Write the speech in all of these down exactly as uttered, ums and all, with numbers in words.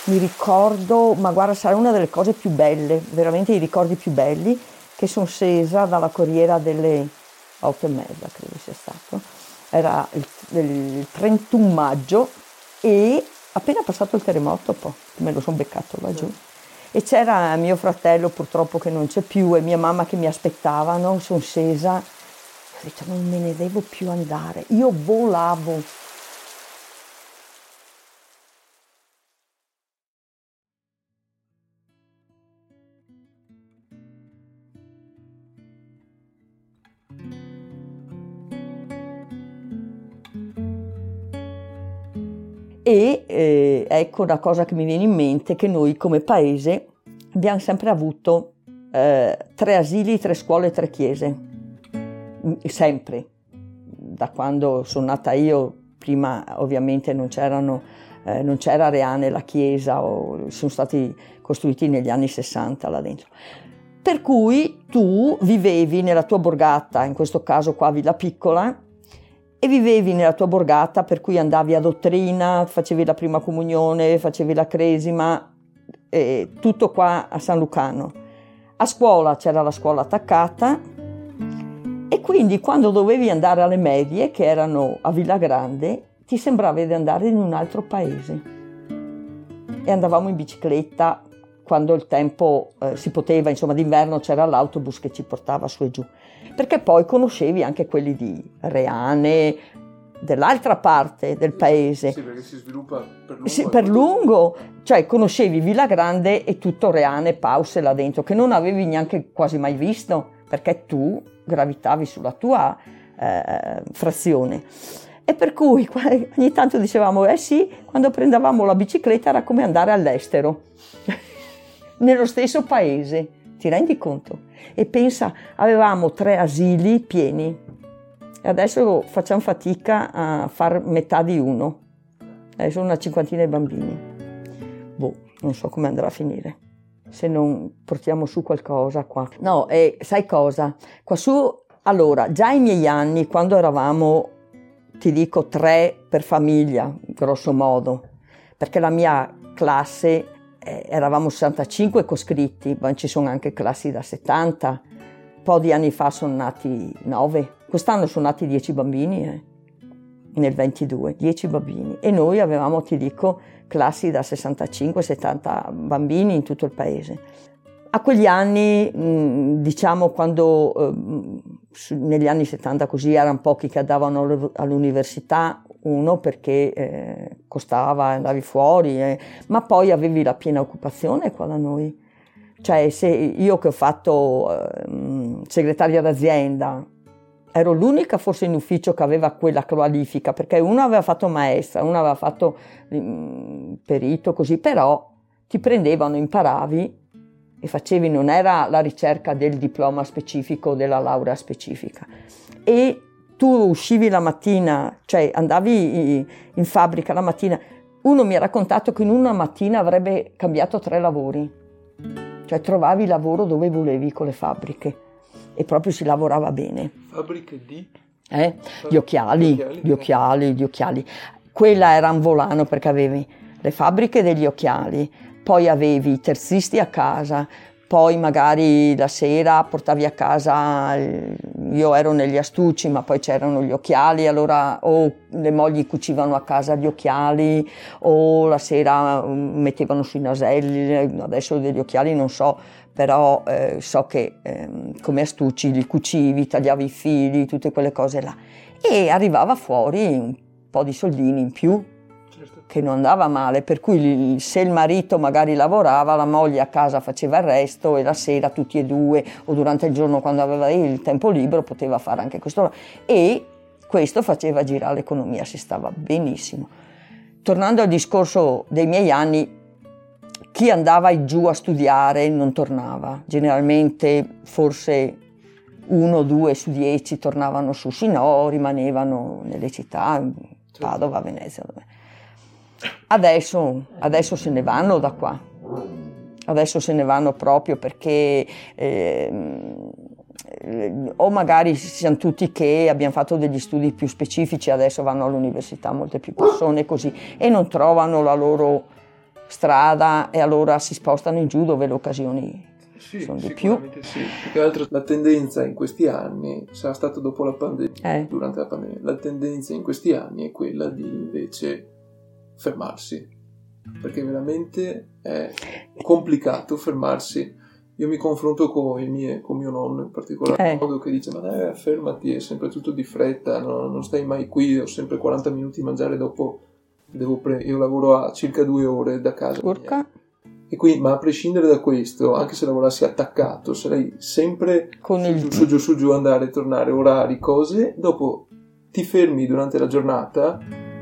mi ricordo, ma guarda, sarà una delle cose più belle, veramente i ricordi più belli, che sono scesa dalla corriera delle otto e mezza, credo sia stato. Era il, il trentuno maggio e appena passato il terremoto, poi me lo sono beccato laggiù. E c'era mio fratello purtroppo che non c'è più e mia mamma che mi aspettavano, sono scesa, ho detto non me ne devo più andare, io volavo. E eh, ecco una cosa che mi viene in mente, che noi come paese abbiamo sempre avuto eh, tre asili, tre scuole, tre chiese, sempre, da quando sono nata io. Prima ovviamente non c'erano, eh, non c'era Reane la chiesa, o sono stati costruiti negli anni sessanta là dentro. Per cui tu vivevi nella tua borgata, in questo caso qua Villa Piccola, e vivevi nella tua borgata, per cui andavi a dottrina, facevi la prima comunione, facevi la cresima, eh, tutto qua a San Lucano. A scuola c'era la scuola attaccata e quindi quando dovevi andare alle medie, che erano a Villa Grande, ti sembrava di andare in un altro paese. E andavamo in bicicletta quando il tempo eh, si poteva, insomma d'inverno c'era l'autobus che ci portava su e giù. Perché poi conoscevi anche quelli di Reane, dell'altra parte del paese. Sì, perché si sviluppa per lungo. Sì, per lungo, cioè conoscevi Villa Grande e tutto Reane, Pause là dentro, che non avevi neanche quasi mai visto, perché tu gravitavi sulla tua eh, frazione. E per cui ogni tanto dicevamo, eh sì, quando prendevamo la bicicletta era come andare all'estero, nello stesso paese, ti rendi conto? E pensa, avevamo tre asili pieni e adesso facciamo fatica a far metà di uno, adesso una cinquantina di bambini. Boh, non so come andrà a finire, se non portiamo su qualcosa qua. No, e sai cosa? Qua su, allora, già ai miei anni, quando eravamo, ti dico, tre per famiglia, grosso modo, perché la mia classe, eh, eravamo sessantacinque coscritti, ma ci sono anche classi da settanta, un po' di anni fa sono nati nove, quest'anno sono nati dieci bambini, eh, nel ventidue, dieci bambini, e noi avevamo, ti dico, classi da sessantacinque settanta bambini in tutto il paese. A quegli anni, diciamo quando eh, negli anni settanta così erano pochi che andavano all'università, uno perché eh, costava, andavi fuori, eh, ma poi avevi la piena occupazione qua da noi. Cioè se io che ho fatto eh, segretaria d'azienda, ero l'unica forse in ufficio che aveva quella qualifica, perché uno aveva fatto maestra, uno aveva fatto mh, perito, così, però ti prendevano, imparavi e facevi, non era la ricerca del diploma specifico, della laurea specifica. E tu uscivi la mattina, cioè andavi in fabbrica la mattina, uno mi ha raccontato che in una mattina avrebbe cambiato tre lavori, cioè trovavi lavoro dove volevi con le fabbriche e proprio si lavorava bene. Fabbriche di? Eh? Gli occhiali, gli occhiali, gli occhiali, gli occhiali. Quella era un volano perché avevi le fabbriche degli occhiali, poi avevi i terzisti a casa, poi magari la sera portavi a casa, io ero negli astucci ma poi c'erano gli occhiali, allora o le mogli cucivano a casa gli occhiali o la sera mettevano sui naselli, adesso degli occhiali non so, però eh, so che eh, come astucci li cucivi, tagliavi i fili, tutte quelle cose là e arrivava fuori un po' di soldini in più, che non andava male, per cui se il marito magari lavorava, la moglie a casa faceva il resto e la sera tutti e due o durante il giorno quando aveva il tempo libero poteva fare anche questo e questo faceva girare l'economia, si stava benissimo. Tornando al discorso dei miei anni, chi andava giù a studiare non tornava, generalmente forse uno o due su dieci tornavano su, se no rimanevano nelle città, Padova, Venezia, dove. Adesso, adesso se ne vanno da qua, adesso se ne vanno proprio perché eh, o magari siamo tutti che abbiamo fatto degli studi più specifici, adesso vanno all'università molte più persone così e non trovano la loro strada e allora si spostano in giù dove le occasioni Sì, sono di più. sicuramente sì. Più che altro la tendenza in questi anni, sarà stato dopo la pandemia, Eh. durante la pandemia, la tendenza in questi anni è quella di invece fermarsi, perché veramente è complicato fermarsi. Io mi confronto con, i miei, con mio nonno in particolar Eh. modo, che dice: ma eh, fermati, è sempre tutto di fretta, no, non stai mai qui, ho sempre quaranta minuti di mangiare, dopo devo pre- io lavoro a circa due ore da casa Urca. mia. E quindi, ma a prescindere da questo, anche se lavorassi attaccato, sarei sempre Con su, il- giù, su giù su giù, andare, tornare, orari, cose. Dopo ti fermi durante la giornata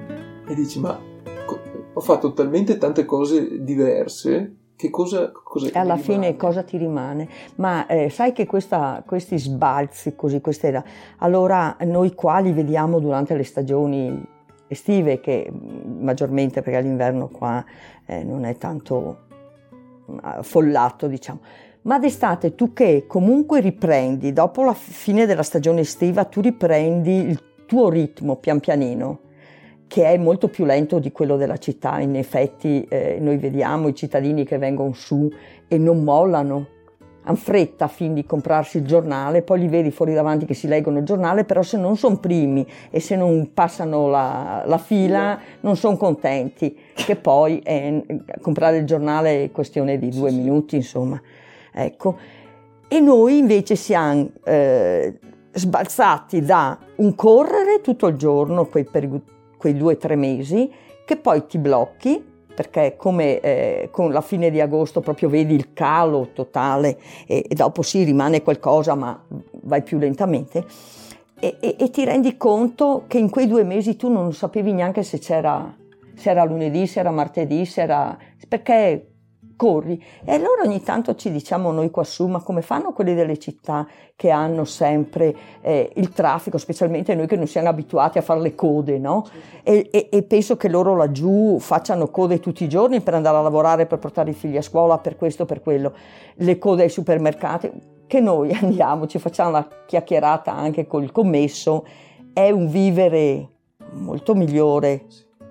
e dici: ma co- ho fatto talmente tante cose diverse, che cosa, cosa E alla mi fine rimane? cosa ti rimane? Ma eh, sai che questa, questi sbalzi così, queste, allora noi qua li vediamo durante le stagioni estive, che mh, maggiormente, perché l'inverno qua eh, non è tanto mh, affollato, diciamo. Ma d'estate tu che comunque riprendi, dopo la fine della stagione estiva, tu riprendi il tuo ritmo pian pianino, che è molto più lento di quello della città. In effetti eh, noi vediamo i cittadini che vengono su e non mollano, hanno fretta fin di comprarsi il giornale, poi li vedi fuori davanti che si leggono il giornale, però se non sono primi e se non passano la, la fila non sono contenti, che poi eh, comprare il giornale è questione di due minuti, insomma. Ecco. E noi invece siamo eh, sbalzati da un correre tutto il giorno, quei periodi, quei due o tre mesi, che poi ti blocchi, perché come eh, con la fine di agosto proprio vedi il calo totale e, e dopo sì rimane qualcosa ma vai più lentamente e, e, e ti rendi conto che in quei due mesi tu non sapevi neanche se c'era, se era lunedì, se era martedì, se era... perché corri. E allora ogni tanto ci diciamo noi qua su, ma come fanno quelli delle città che hanno sempre eh, il traffico, specialmente noi che non siamo abituati a fare le code, no? E, e, e penso che loro laggiù facciano code tutti i giorni per andare a lavorare, per portare i figli a scuola, per questo, per quello. Le code ai supermercati, che noi andiamo, ci facciamo la chiacchierata anche col commesso, è un vivere molto migliore,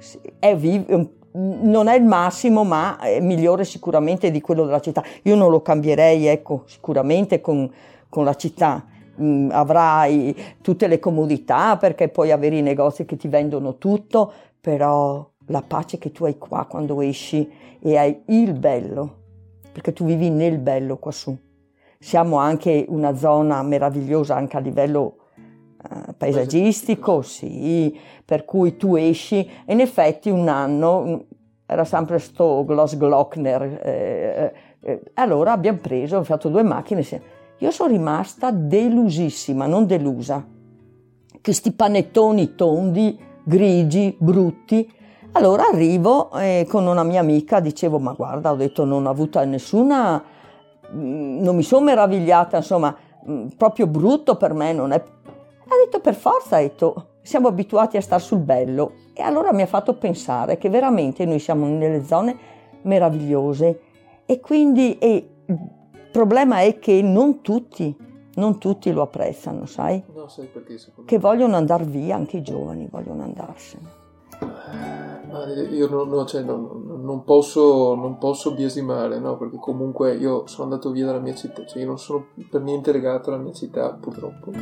è vivere non è il massimo, ma è migliore sicuramente di quello della città. Io non lo cambierei, ecco, sicuramente con, con la città. Mm, avrai tutte le comodità perché puoi avere i negozi che ti vendono tutto, però la pace che tu hai qua quando esci e hai il bello, perché tu vivi nel bello qua su. Siamo anche una zona meravigliosa anche a livello Uh, paesaggistico, sì, per cui tu esci e in effetti un anno era sempre sto Gloss-Glockner, eh, eh, allora abbiamo preso, abbiamo fatto due macchine, io sono rimasta delusissima, non delusa, che sti panettoni tondi, grigi, brutti. Allora arrivo e con una mia amica dicevo, ma guarda, ho detto, non ho avuto nessuna, non mi sono meravigliata, insomma, proprio brutto per me non è. Ha detto per forza, ha detto, siamo abituati a star sul bello. E allora mi ha fatto pensare che veramente noi siamo nelle zone meravigliose e quindi e il problema è che non tutti, non tutti lo apprezzano, sai? No, sai perché secondo Che me? vogliono andare via, anche i giovani vogliono andarsene. Ma io non, no, cioè, non, non, posso, non posso biasimare, no? Perché comunque io sono andato via dalla mia città, cioè io non sono per niente legato alla mia città, purtroppo.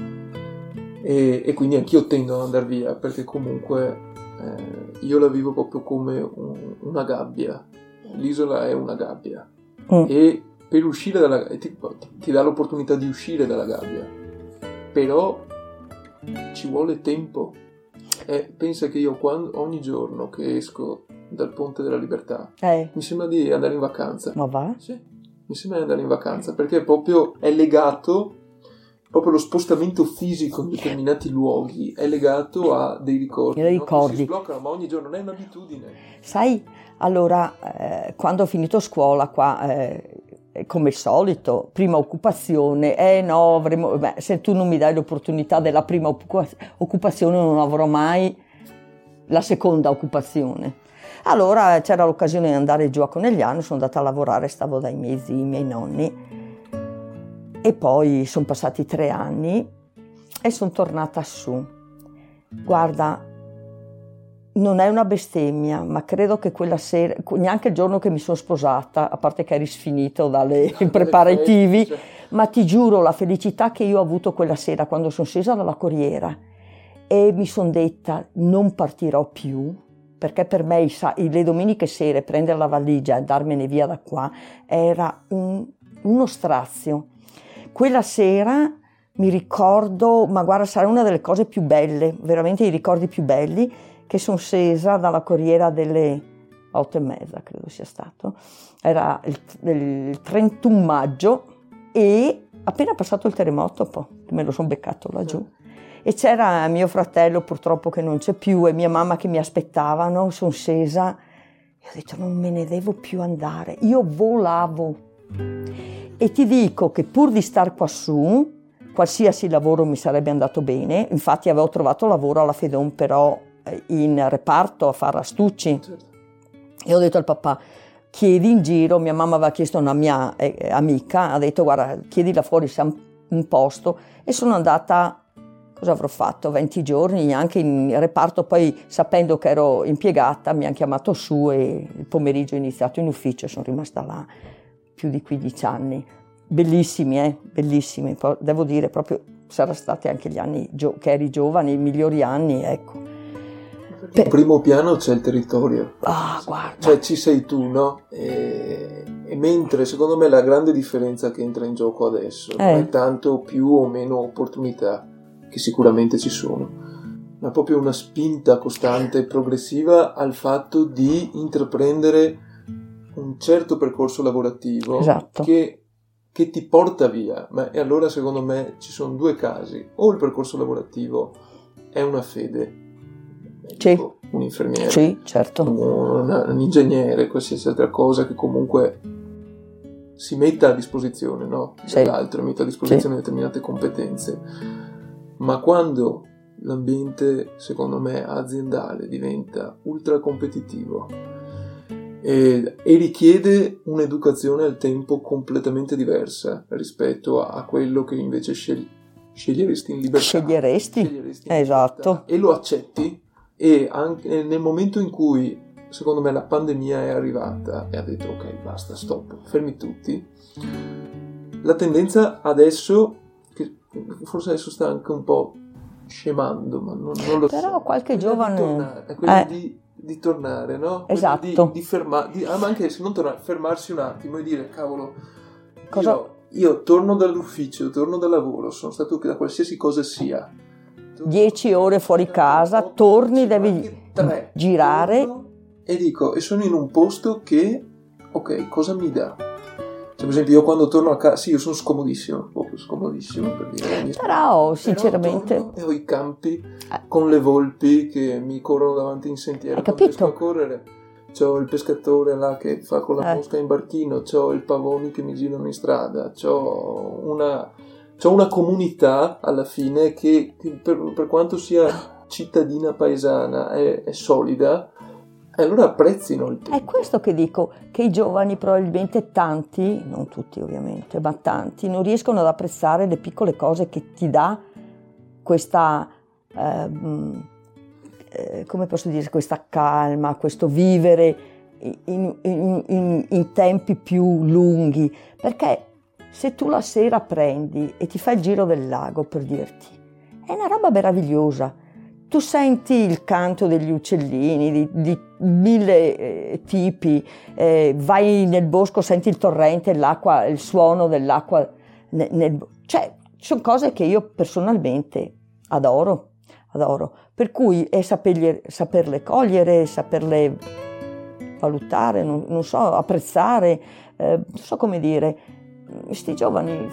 E, e quindi anch'io tendo ad andare via, perché comunque eh, io la vivo proprio come un, una gabbia. L'isola è una gabbia. Mm. E per uscire dalla gabbia, ti, ti dà l'opportunità di uscire dalla gabbia, però ci vuole tempo. E pensa che io quando, ogni giorno che esco dal Ponte della Libertà Eh, mi sembra di andare in vacanza. ma va? Sì, mi sembra di andare in vacanza, perché proprio è legato, proprio lo spostamento fisico in determinati luoghi è legato a dei ricordi, Dei no? Che si ricordi. sbloccano, ma ogni giorno non è un'abitudine. Sai, allora, eh, quando ho finito scuola qua, eh, come al solito, prima occupazione, eh no, avremo, beh, se tu non mi dai l'opportunità della prima occupazione non avrò mai la seconda occupazione. Allora c'era l'occasione di andare giù a Conegliano, sono andata a lavorare, stavo dai miei zii, i miei nonni, e poi sono passati tre anni e sono tornata su. Guarda, non è una bestemmia, ma credo che quella sera, neanche il giorno che mi sono sposata, a parte che eri sfinito dalle preparativi, ma ti giuro la felicità che io ho avuto quella sera quando sono scesa dalla corriera e mi sono detta non partirò più, perché per me le domeniche sere prendere la valigia e andarmene via da qua era un, uno strazio. Quella sera mi ricordo, ma guarda, sarà una delle cose più belle, veramente i ricordi più belli, che sono scesa dalla corriera delle otto e mezza, credo sia stato. Era il, il trentuno maggio e appena passato il terremoto, poi me lo sono beccato laggiù. E c'era mio fratello purtroppo che non c'è più e mia mamma che mi aspettavano, sono scesa e ho detto non me ne devo più andare, io volavo. E ti dico che pur di star quassù, qualsiasi lavoro mi sarebbe andato bene, infatti avevo trovato lavoro alla Fedon però in reparto a fare astucci. Certo. E ho detto al papà, chiedi in giro, mia mamma aveva chiesto a una mia eh, amica, ha detto guarda chiedila fuori se ha un posto e sono andata, cosa avrò fatto, venti giorni anche in reparto, poi sapendo che ero impiegata mi hanno chiamato su e il pomeriggio ho iniziato in ufficio e sono rimasta là più di quindici anni. Bellissimi, eh, bellissimi, devo dire proprio, saranno stati anche gli anni gio- che eri giovane, i migliori anni, ecco. In primo piano c'è il territorio, ah, guarda. Cioè ci sei tu, no? E, e mentre secondo me la grande differenza che entra in gioco adesso eh. non è tanto più o meno opportunità, che sicuramente ci sono, ma proprio una spinta costante e progressiva al fatto di intraprendere un certo percorso lavorativo, esatto. che, che ti porta via. Ma e allora secondo me ci sono due casi: o il percorso lavorativo è una fede, sì. un infermiere, sì, certo. un, un ingegnere, qualsiasi altra cosa che comunque si metta a disposizione, no? Sì. Dell'altro, metta a disposizione sì. determinate competenze. Ma quando l'ambiente, secondo me, aziendale diventa ultra competitivo e, e richiede un'educazione al tempo completamente diversa rispetto a, a quello che invece scegli, sceglieresti in libertà. Sceglieresti, sceglieresti in esatto. Libertà, e lo accetti, e anche nel momento in cui, secondo me, la pandemia è arrivata e ha detto ok, basta, stop, fermi tutti, la tendenza adesso, che forse adesso sta anche un po' scemando, ma non, non lo so. Però qualche giovane... Di tornare, è quella eh. di, di tornare, no? Esatto. Di, di fermarsi, ah, ma anche se non tornare, fermarsi un attimo e dire, cavolo, Cosa... io, io torno dall'ufficio, torno dal lavoro, sono stato da qualsiasi cosa sia. Dieci ore fuori casa, otto, torni, devi devi tre, girare. E dico, e sono in un posto che, ok, cosa mi dà? Cioè, per esempio, io quando torno a casa, sì, io sono scomodissimo, proprio scomodissimo per dire. Però, sinceramente. Però e ho i campi eh. con le volpi che mi corrono davanti in sentiero. Hai capito? Riesco a correre. C'ho il pescatore là che fa con la eh. mosca in barchino, c'ho i pavoni che mi girano in strada, c'ho una, c'ho una comunità alla fine che, che per, per quanto sia cittadina paesana è, è solida. E allora apprezzino il tempo. È questo che dico, che i giovani probabilmente tanti, non tutti ovviamente, ma tanti, non riescono ad apprezzare le piccole cose che ti dà questa, eh, eh, come posso dire, questa calma, questo vivere in, in, in, in tempi più lunghi. Perché se tu la sera prendi e ti fai il giro del lago, per dirti, è una roba meravigliosa. Tu senti il canto degli uccellini di, di mille eh, tipi, eh, vai nel bosco, senti il torrente, l'acqua, il suono dell'acqua. Nel, nel, cioè, sono cose che io personalmente adoro, adoro. Per cui è saperle, saperle cogliere, saperle valutare, non, non so, apprezzare, eh, non so come dire. Questi giovani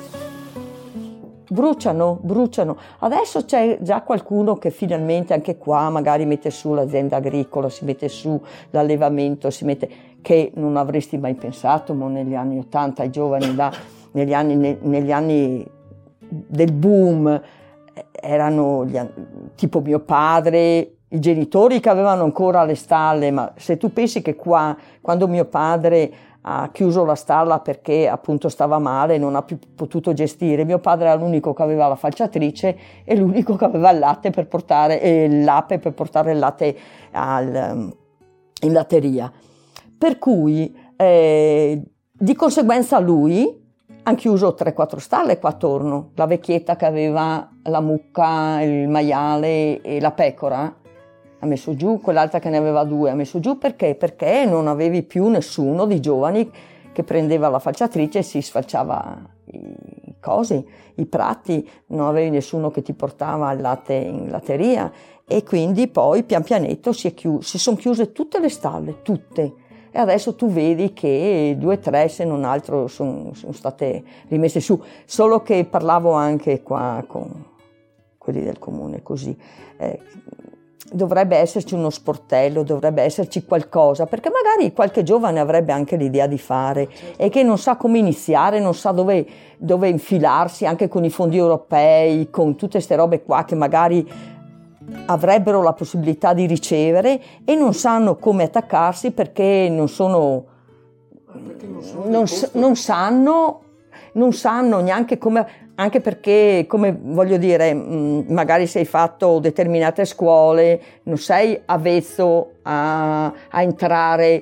bruciano, bruciano. Adesso c'è già qualcuno che finalmente anche qua magari mette su l'azienda agricola, si mette su l'allevamento, si mette, che non avresti mai pensato ma negli anni ottanta, i giovani là, negli anni, ne, negli anni del boom, erano gli, tipo mio padre, i genitori che avevano ancora le stalle, ma se tu pensi che qua, quando mio padre ha chiuso la stalla perché appunto stava male, non ha più potuto gestire, mio padre era l'unico che aveva la falciatrice e l'unico che aveva il latte per portare, eh, l'ape per portare il latte al, in latteria. Per cui eh, di conseguenza lui ha chiuso tre quattro stalle qua attorno, la vecchietta che aveva la mucca, il maiale e la pecora ha messo giù, quell'altra che ne aveva due ha messo giù, perché? Perché non avevi più nessuno di giovani che prendeva la falciatrice e si sfalciava i cosi, i prati, non avevi nessuno che ti portava il latte in latteria e quindi poi pian pianetto si, è chiuso, si sono chiuse tutte le stalle, tutte. E adesso tu vedi che due o tre, se non altro, sono, sono state rimesse su. Solo che parlavo anche qua con quelli del comune, così. Eh, dovrebbe esserci uno sportello, dovrebbe esserci qualcosa, perché magari qualche giovane avrebbe anche l'idea di fare e che non sa come iniziare, non sa dove, dove infilarsi, anche con i fondi europei, con tutte queste robe qua che magari avrebbero la possibilità di ricevere e non sanno come attaccarsi perché non sono, perché non, sono non, non sanno non sanno neanche come, anche perché, come voglio dire, magari sei fatto determinate scuole, non sei avvezzo a, a entrare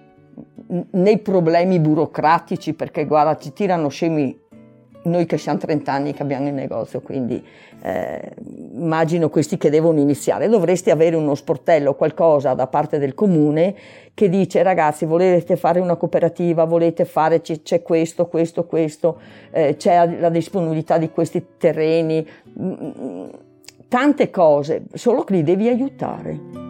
nei problemi burocratici, perché guarda, ci tirano scemi noi che siamo trenta anni che abbiamo il negozio, quindi eh, immagino questi che devono iniziare. Dovresti avere uno sportello, qualcosa da parte del comune che dice: ragazzi, volete fare una cooperativa, volete fare, c'è, c'è questo, questo, questo, eh, c'è la disponibilità di questi terreni, tante cose, solo che li devi aiutare.